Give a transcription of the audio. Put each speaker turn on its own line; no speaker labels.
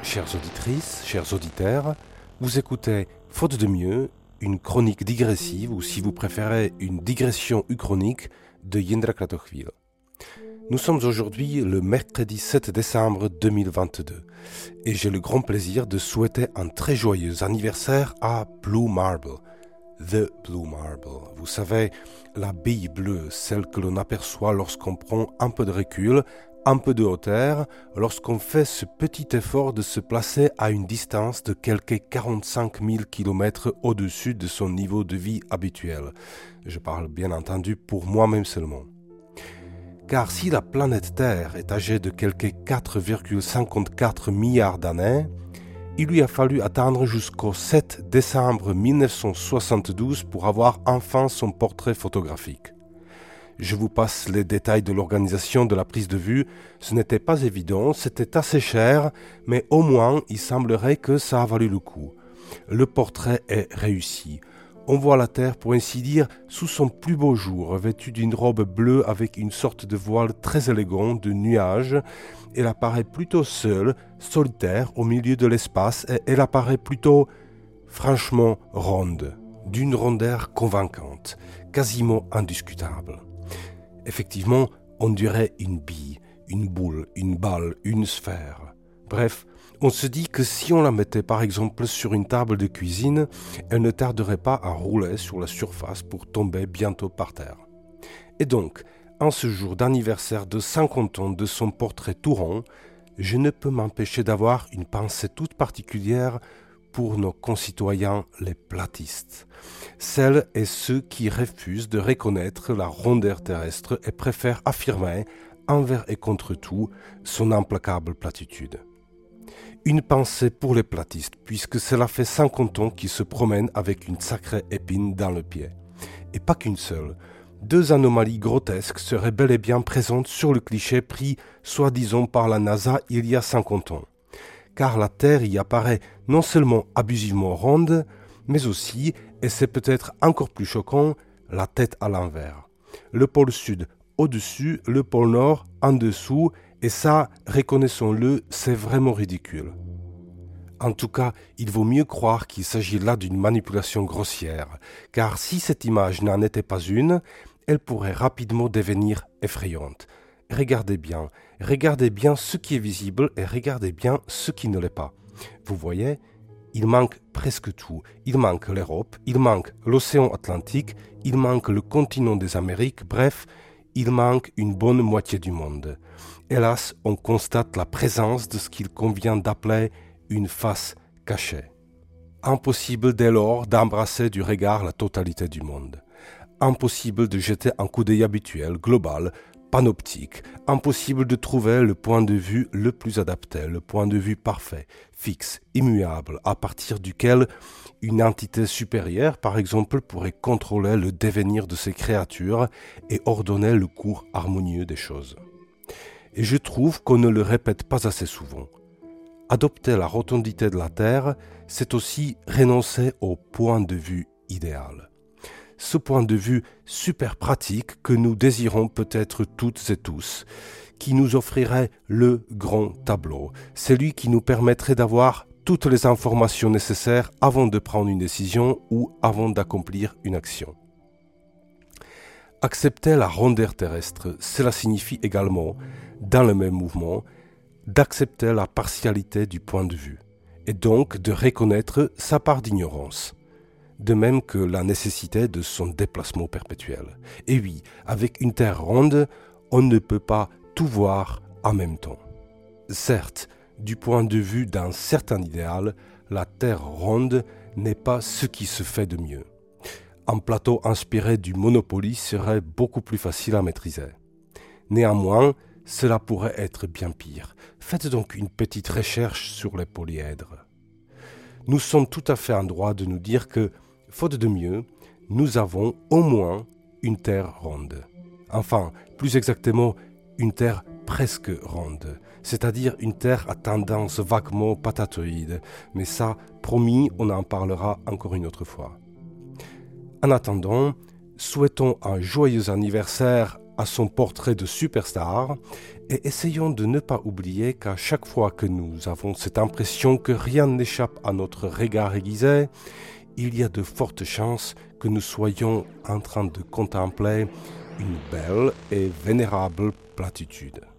Chères auditrices, chers auditeurs, vous écoutez Faute de mieux, une chronique digressive ou si vous préférez une digression uchronique de Jindřich Kratochvíl. Nous sommes aujourd'hui le mercredi 7 décembre 2022 et j'ai le grand plaisir de souhaiter un très joyeux anniversaire à Blue Marble. The Blue Marble, vous savez, la bille bleue, celle que l'on aperçoit lorsqu'on prend un peu de recul, un peu de hauteur, lorsqu'on fait ce petit effort de se placer à une distance de quelques 45 000 km au-dessus de son niveau de vie habituel. Je parle bien entendu pour moi-même seulement. Car si la planète Terre est âgée de quelques 4,54 milliards d'années, il lui a fallu attendre jusqu'au 7 décembre 1972 pour avoir enfin son portrait photographique. Je vous passe les détails de l'organisation de la prise de vue. Ce n'était pas évident, c'était assez cher, mais au moins il semblerait que ça a valu le coup. Le portrait est réussi. On voit la Terre, pour ainsi dire, sous son plus beau jour, vêtue d'une robe bleue avec une sorte de voile très élégant de nuages. Elle apparaît plutôt seule, solitaire, au milieu de l'espace, et elle apparaît plutôt, franchement, ronde, d'une rondeur convaincante, quasiment indiscutable. Effectivement, on dirait une bille, une boule, une balle, une sphère. Bref, on se dit que si on la mettait par exemple sur une table de cuisine, elle ne tarderait pas à rouler sur la surface pour tomber bientôt par terre. Et donc, en ce jour d'anniversaire de 50 ans de son portrait tout rond, je ne peux m'empêcher d'avoir une pensée toute particulière pour nos concitoyens les platistes, celles et ceux qui refusent de reconnaître la rondeur terrestre et préfèrent affirmer, envers et contre tout, son implacable platitude. Une pensée pour les platistes, puisque cela fait 50 ans qu'ils se promènent avec une sacrée épine dans le pied. Et pas qu'une seule. 2 anomalies grotesques seraient bel et bien présentes sur le cliché pris, soi-disant par la NASA il y a 50 ans. Car la Terre y apparaît non seulement abusivement ronde, mais aussi, et c'est peut-être encore plus choquant, la tête à l'envers. Le pôle sud au-dessus, le pôle nord en dessous, et ça, reconnaissons-le, c'est vraiment ridicule. En tout cas, il vaut mieux croire qu'il s'agit là d'une manipulation grossière, car si cette image n'en était pas une, elle pourrait rapidement devenir effrayante. Regardez bien ce qui est visible et regardez bien ce qui ne l'est pas. Vous voyez, il manque presque tout. Il manque l'Europe, il manque l'océan Atlantique, il manque le continent des Amériques, bref, il manque une bonne moitié du monde. Hélas, on constate la présence de ce qu'il convient d'appeler une face cachée. Impossible dès lors d'embrasser du regard la totalité du monde. Impossible de jeter un coup d'œil habituel, global, panoptique, impossible de trouver le point de vue le plus adapté, le point de vue parfait, fixe, immuable, à partir duquel une entité supérieure, par exemple, pourrait contrôler le devenir de ces créatures et ordonner le cours harmonieux des choses. Et je trouve qu'on ne le répète pas assez souvent. Adopter la rotondité de la Terre, c'est aussi renoncer au point de vue idéal. Ce point de vue super pratique que nous désirons peut-être toutes et tous, qui nous offrirait le grand tableau, celui qui nous permettrait d'avoir toutes les informations nécessaires avant de prendre une décision ou avant d'accomplir une action. Accepter la rondeur terrestre, cela signifie également, dans le même mouvement, d'accepter la partialité du point de vue, et donc de reconnaître sa part d'ignorance. De même que la nécessité de son déplacement perpétuel. Et oui, avec une Terre ronde, on ne peut pas tout voir en même temps. Certes, du point de vue d'un certain idéal, la Terre ronde n'est pas ce qui se fait de mieux. Un plateau inspiré du Monopoly serait beaucoup plus facile à maîtriser. Néanmoins, cela pourrait être bien pire. Faites donc une petite recherche sur les polyèdres. Nous sommes tout à fait en droit de nous dire que, faute de mieux, nous avons au moins une Terre ronde. Enfin, plus exactement, une Terre presque ronde, c'est-à-dire une Terre à tendance vaguement patatoïde. Mais ça, promis, on en parlera encore une autre fois. En attendant, souhaitons un joyeux anniversaire à son portrait de superstar Et essayons de ne pas oublier qu'à chaque fois que nous avons cette impression que rien n'échappe à notre regard aiguisé, il y a de fortes chances que nous soyons en train de contempler une belle et vénérable platitude.